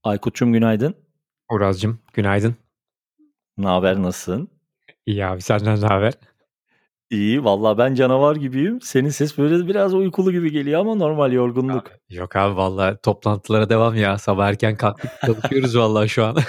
Aykut'cum günaydın. Uraz'cığım günaydın. Ne haber, nasılsın? İyi abi, senden ne haber? İyi, vallahi ben canavar gibiyim. Senin ses böyle biraz uykulu gibi geliyor ama normal yorgunluk. Yok abi, vallahi toplantılara devam ya. Sabah erken kalktık, çalışıyoruz vallahi şu an.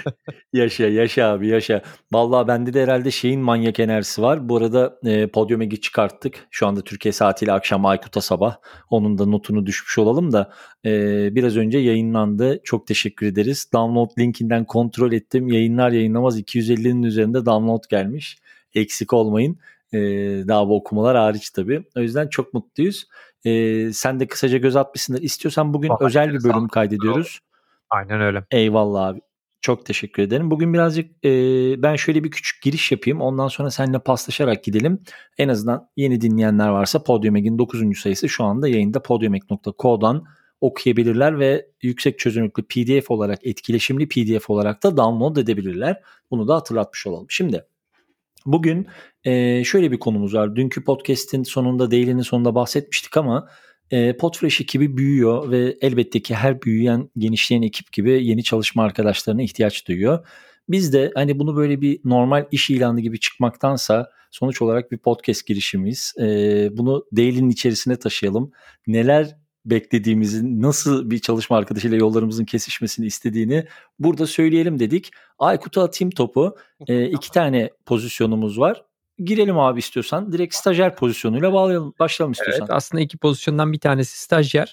Yaşa, yaşa abi, yaşa. Vallahi bende de herhalde şeyin manyak enerjisi var. Bu arada Podium Egi çıkarttık. Şu anda Türkiye saatiyle akşam Aykut'a sabah. Onun da notunu düşmüş olalım da biraz önce yayınlandı. Çok teşekkür ederiz. Download linkinden kontrol ettim. Yayınlar yayınlamaz 250'nin üzerinde download gelmiş. Eksik olmayın. Daha bu okumalar hariç tabii. O yüzden çok mutluyuz. Sen de kısaca göz atmışsındır. İstiyorsan bugün Vallahi özel bir sağ bölüm olun. kaydediyoruz. Aynen öyle. Eyvallah abi. Çok teşekkür ederim. Bugün birazcık ben şöyle bir küçük giriş yapayım. Ondan sonra seninle paslaşarak gidelim. En azından yeni dinleyenler varsa Podium Eg'in 9. sayısı şu anda yayında podiumeg.co'dan okuyabilirler ve yüksek çözünürlüklü PDF olarak, etkileşimli PDF olarak da download edebilirler. Bunu da hatırlatmış olalım. Şimdi bugün şöyle bir konumuz var. Dünkü podcast'in sonunda, Daily'nin sonunda bahsetmiştik ama Podfresh ekibi büyüyor ve elbette ki her büyüyen, genişleyen ekip gibi yeni çalışma arkadaşlarına ihtiyaç duyuyor. Biz de hani bunu böyle bir normal iş ilanı gibi çıkmaktansa sonuç olarak bir podcast girişimiz. Bunu Daily'nin içerisine taşıyalım. Neler beklediğimizi, nasıl bir çalışma arkadaşıyla yollarımızın kesişmesini istediğini burada söyleyelim dedik. Aykut'a atayım topu. İki tane pozisyonumuz var. Girelim abi istiyorsan. Direkt stajyer pozisyonuyla başlayalım Evet, istiyorsan. aslında iki pozisyondan bir tanesi stajyer.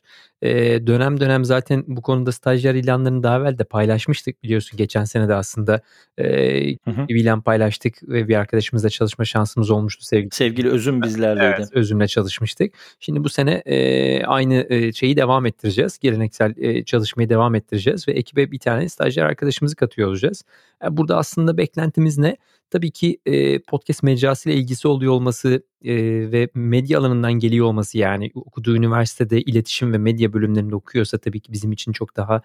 Dönem dönem zaten bu konuda stajyer ilanlarını daha evvel de paylaşmıştık, biliyorsun. Geçen sene de aslında Hı hı. bir ilan paylaştık ve bir arkadaşımızla çalışma şansımız olmuştu sevgili. Sevgili Özüm bizlerdeydi. Evet, Özüm'le çalışmıştık. Şimdi bu sene aynı şeyi devam ettireceğiz. Geleneksel çalışmayı devam ettireceğiz ve ekibe bir tane stajyer arkadaşımızı katıyor olacağız. Burada aslında beklentimiz ne? Tabii ki podcast mecrasıyla ilgisi oluyor olması ve medya alanından geliyor olması, yani okuduğu üniversitede iletişim ve medya bölümlerinde okuyorsa tabii ki bizim için çok daha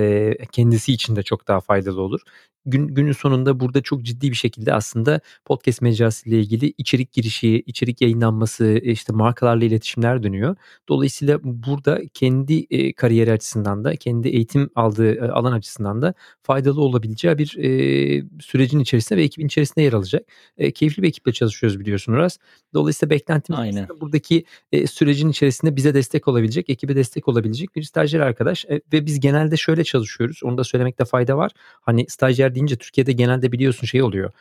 kendisi için de çok daha faydalı olur. Günün sonunda burada çok ciddi bir şekilde aslında podcast mecrasıyla ilgili içerik girişi, içerik yayınlanması, işte markalarla iletişimler dönüyor. Dolayısıyla burada kendi kariyeri açısından da, kendi eğitim aldığı alan açısından da faydalı olabileceği bir sürecin içerisinde ve ekibin içerisinde yer alacak. Keyifli bir ekiple çalışıyoruz, biliyorsun Uras. Dolayısıyla beklentimiz Aynen. aslında buradaki sürecin içerisinde bize destek olabilecek, ekibe destek olabilecek bir stajyer arkadaş. Ve biz genelde şöyle çalışıyoruz. Onu da söylemekte fayda var. Hani stajyer deyince Türkiye'de genelde biliyorsun şey oluyor.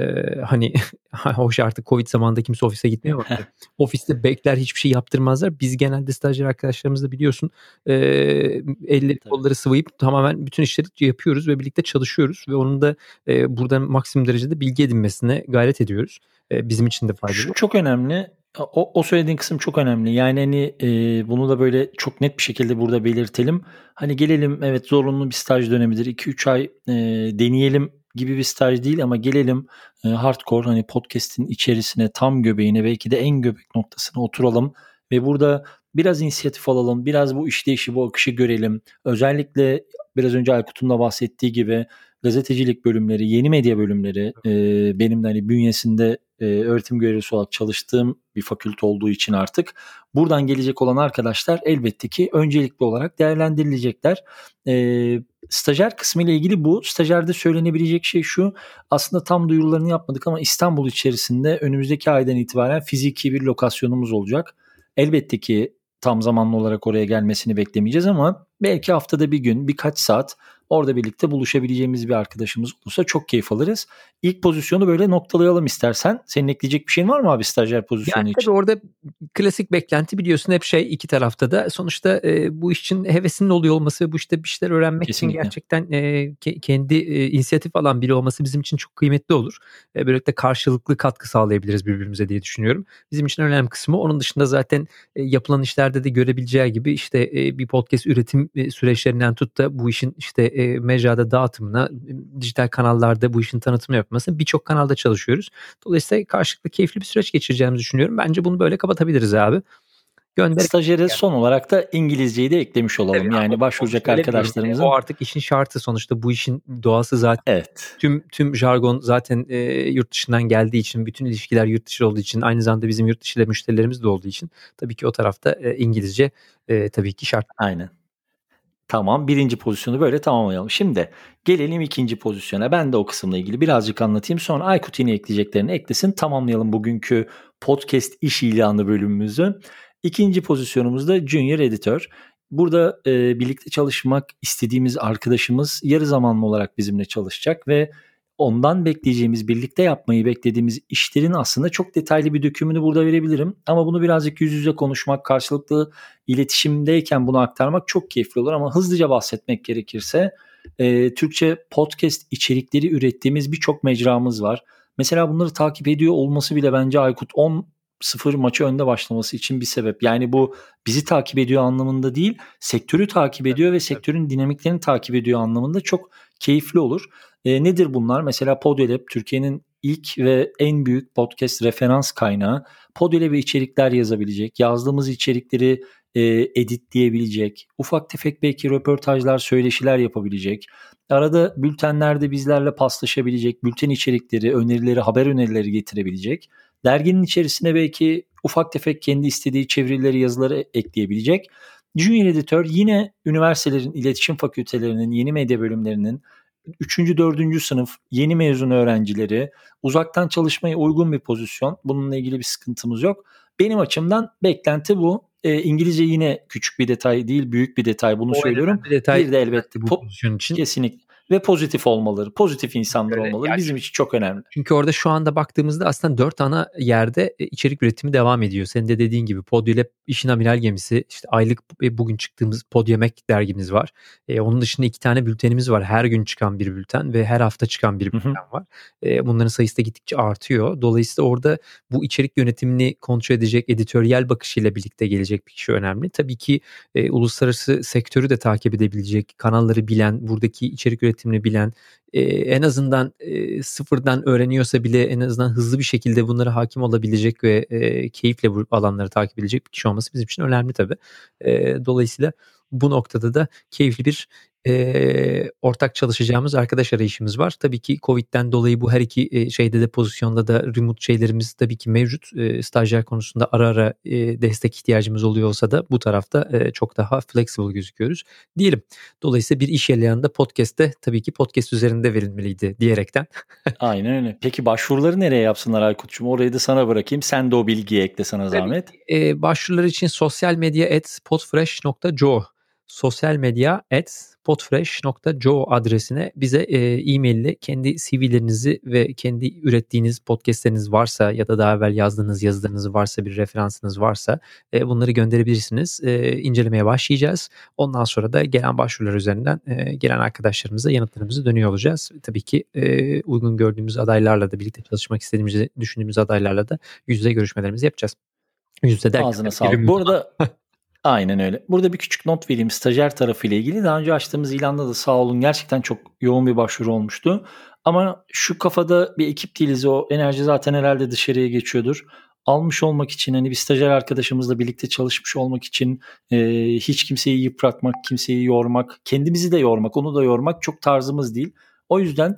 Hani hoş, artık Covid zamanında kimse ofise gitmiyor ama ofiste bekler, hiçbir şey yaptırmazlar. Biz genelde stajyer arkadaşlarımızla biliyorsun elleri Tabii. kolları sıvayıp tamamen bütün işleri yapıyoruz ve birlikte çalışıyoruz ve onun da burada maksimum derecede bilgi edinmesine gayret ediyoruz. Bizim için de faydalı. Şu çok önemli. O söylediğin kısım çok önemli. Yani hani bunu da böyle çok net bir şekilde burada belirtelim. Hani gelelim, evet, zorunlu bir staj dönemidir. 2-3 ay deneyelim gibi bir staj değil ama gelelim hardcore, hani podcast'in içerisine, tam göbeğine, belki de en göbek noktasına oturalım ve burada biraz inisiyatif alalım. Biraz bu işleyişi, bu akışı görelim. Özellikle biraz önce Aykut'un da bahsettiği gibi gazetecilik bölümleri, yeni medya bölümleri, benim de hani bünyesinde öğretim görevlisi olarak çalıştığım bir fakülte olduğu için artık buradan gelecek olan arkadaşlar elbette ki öncelikli olarak değerlendirilecekler. Stajyer kısmı ile ilgili bu. Stajyerde söylenebilecek şey şu: aslında tam duyurularını yapmadık ama İstanbul içerisinde önümüzdeki aydan itibaren fiziki bir lokasyonumuz olacak. Elbette ki tam zamanlı olarak oraya gelmesini beklemeyeceğiz ama belki haftada bir gün, birkaç saat orada birlikte buluşabileceğimiz bir arkadaşımız olursa çok keyif alırız. İlk pozisyonu böyle noktalayalım istersen. Senin ekleyecek bir şeyin var mı abi stajyer pozisyonu Yani için? tabii orada klasik beklenti, biliyorsun, hep şey, iki tarafta da. Sonuçta bu iş için hevesinin oluyor olması ve bu işte bir şeyler öğrenmek için Kesinlikle. gerçekten kendi inisiyatif alan biri olması bizim için çok kıymetli olur. Böylelikle karşılıklı katkı sağlayabiliriz birbirimize diye düşünüyorum. Bizim için önemli kısmı. Onun dışında zaten yapılan işlerde de görebileceği gibi işte bir podcast üretim süreçlerinden tut da bu işin işte mecrada dağıtımına, dijital kanallarda bu işin tanıtımı yapması, birçok kanalda çalışıyoruz. Dolayısıyla karşılıklı keyifli bir süreç geçireceğimizi düşünüyorum. Bence bunu böyle kapatabiliriz abi. Gönder. Stajyere son olarak da İngilizceyi de eklemiş Tabii olalım. abi, Yani onu başvuracak söylemeyeyim. O arkadaşlarımızın. artık işin şartı, sonuçta bu işin doğası zaten. Evet. Tüm jargon zaten yurt dışından geldiği için, bütün ilişkiler yurt dışı olduğu için, aynı zamanda bizim yurt dışı ile müşterilerimiz de olduğu için tabii ki o tarafta İngilizce tabii ki şart. Aynen. Tamam, birinci pozisyonu böyle tamamlayalım. Şimdi gelelim ikinci pozisyona. Ben de o kısımla ilgili birazcık anlatayım. Sonra Aykut yine ekleyeceklerini eklesin. Tamamlayalım bugünkü podcast iş ilanı bölümümüzü. İkinci pozisyonumuzda Junior Editor. Burada birlikte çalışmak istediğimiz arkadaşımız yarı zamanlı olarak bizimle çalışacak ve ondan bekleyeceğimiz, birlikte yapmayı beklediğimiz işlerin aslında çok detaylı bir dökümünü burada verebilirim. Ama bunu birazcık yüz yüze konuşmak, karşılıklı iletişimdeyken bunu aktarmak çok keyifli olur. Ama hızlıca bahsetmek gerekirse Türkçe podcast içerikleri ürettiğimiz birçok mecramız var. Mesela bunları takip ediyor olması bile bence Aykut 10-0 maçı önde başlaması için bir sebep. Yani bu bizi takip ediyor anlamında değil, sektörü takip ediyor ve sektörün dinamiklerini takip ediyor anlamında çok keyifli olur. Nedir bunlar? Mesela Podyolab Türkiye'nin ilk ve en büyük podcast referans kaynağı. Podyolab'e içerikler yazabilecek, yazdığımız içerikleri editleyebilecek, ufak tefek belki röportajlar, söyleşiler yapabilecek, arada bültenlerde bizlerle paslaşabilecek, bülten içerikleri, önerileri, haber önerileri getirebilecek, derginin içerisine belki ufak tefek kendi istediği çevirileri, yazıları ekleyebilecek. Junior Editor yine üniversitelerin, iletişim fakültelerinin, yeni medya bölümlerinin 3. 4. sınıf yeni mezun öğrencileri, uzaktan çalışmaya uygun bir pozisyon. Bununla ilgili bir sıkıntımız yok. Benim açımdan beklenti bu. İngilizce yine küçük bir detay değil, büyük bir detay. Bunu O en söylüyorum. önemli detay Bir de elbette bu pozisyon için. kesinlikle ve pozitif olmaları, pozitif insanlar Öyle. olmaları Yani bizim için çok önemli. çünkü orada şu anda baktığımızda aslında 4 ana yerde içerik üretimi devam ediyor. Senin de dediğin gibi Podyolab işin amiral gemisi. İşte aylık bugün çıktığımız Podyemek dergimiz var. Onun dışında 2 tane bültenimiz var. Her gün çıkan bir bülten ve her hafta çıkan bir bülten var. Bunların sayısı da gittikçe artıyor. Dolayısıyla orada bu içerik yönetimini kontrol edecek, editoryal bakışıyla birlikte gelecek bir kişi önemli. Tabii ki uluslararası sektörü de takip edebilecek, kanalları bilen, buradaki içerik üretimini bilen, en azından sıfırdan öğreniyorsa bile en azından hızlı bir şekilde bunlara hakim olabilecek ve keyifle bu alanları takip edecek bir kişi olması bizim için önemli tabii. Dolayısıyla bu noktada da keyifli bir ortak çalışacağımız arkadaş arayışımız var. Tabii ki Covid'den dolayı bu her iki şeyde de pozisyonda da remote şeylerimiz tabii ki mevcut. Stajyer konusunda ara ara destek ihtiyacımız oluyor olsa da bu tarafta çok daha flexible gözüküyoruz diyelim. Dolayısıyla bir iş ilanında podcast'te tabii ki podcast üzerinde verilmeliydi diyerekten. Aynen öyle. Peki başvuruları nereye yapsınlar Aykut'cum? Orayı da sana bırakayım. Sen de o bilgiyi ekle sana zahmet. Başvurular için sosyal medya @podfresh.co sosyal medya @podfresh.co adresine bize e-mail ile kendi CV'lerinizi ve kendi ürettiğiniz podcast'leriniz varsa ya da daha evvel yazdığınız yazılarınız varsa, bir referansınız varsa bunları gönderebilirsiniz. İncelemeye başlayacağız. Ondan sonra da gelen başvurular üzerinden gelen arkadaşlarımıza yanıtlarımızı dönüyor olacağız. Tabii ki uygun gördüğümüz adaylarla da birlikte çalışmak istediğimizi düşündüğümüz adaylarla da yüz yüze görüşmelerimizi yapacağız. Yüz yüze derken Ağzına sağlık. Bu arada aynen öyle. Burada bir küçük not vereyim stajyer tarafıyla ilgili. Daha önce açtığımız ilanda da sağ olun gerçekten çok yoğun bir başvuru olmuştu. Ama şu kafada bir ekip değiliz. O enerji zaten herhalde dışarıya geçiyordur. Almış olmak için hani bir stajyer arkadaşımızla birlikte çalışmış olmak için hiç kimseyi yıpratmak, kimseyi yormak, kendimizi de yormak, onu da yormak çok tarzımız değil. O yüzden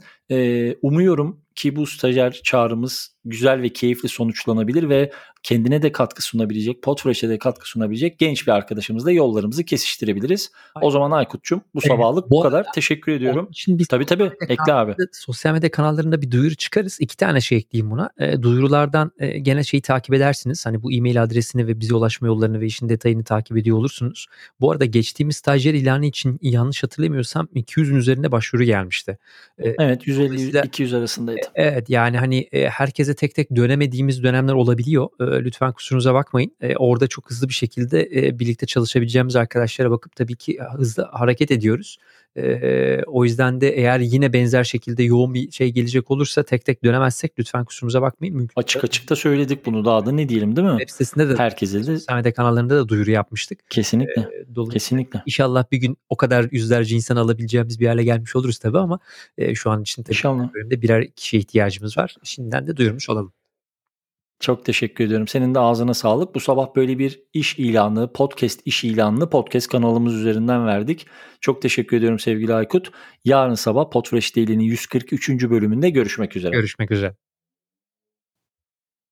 umuyorum ki bu stajyer çağrımız güzel ve keyifli sonuçlanabilir ve kendine de katkı sunabilecek, Podfresh'e de katkı sunabilecek genç bir arkadaşımızla yollarımızı kesiştirebiliriz. O zaman Aykut'cum bu sabahlık bu kadar. Teşekkür ediyorum. Şimdi biz Tabii ekle abi. sosyal medya kanallarında bir duyuru çıkarız. 2 tane şey ekleyeyim buna. Duyurulardan gene şeyi takip edersiniz. Hani bu e-mail adresini ve bize ulaşma yollarını ve işin detayını takip ediyor olursunuz. Bu arada geçtiğimiz stajyer ilanı için yanlış hatırlamıyorsam 200'ün üzerinde başvuru gelmişti. Evet 150-200 arasındaydı. Evet yani hani herkese tek tek dönemediğimiz dönemler olabiliyor. Lütfen kusurunuza bakmayın. Orada çok hızlı bir şekilde birlikte çalışabileceğimiz arkadaşlara bakıp tabii ki hızlı hareket ediyoruz. O yüzden de eğer yine benzer şekilde yoğun bir şey gelecek olursa tek tek dönemezsek lütfen kusurumuza bakmayın. Mümkün Açık da söyledik bunu daha da ne diyelim değil mi? web sitesinde de herkese de sosyal medya kanallarında da duyuru yapmıştık. Kesinlikle. Kesinlikle. İnşallah bir gün o kadar yüzlerce insan alabileceğimiz bir hale gelmiş oluruz tabii ama şu an için tabii bölümde birer kişiye ihtiyacımız var. Şimdiden de duyurmuş olalım. Çok teşekkür ediyorum. Senin de ağzına sağlık. Bu sabah böyle bir iş ilanı, podcast iş ilanını podcast kanalımız üzerinden verdik. Çok teşekkür ediyorum sevgili Aykut. Yarın sabah Podfresh Daily'nin 143. bölümünde görüşmek üzere. Görüşmek üzere.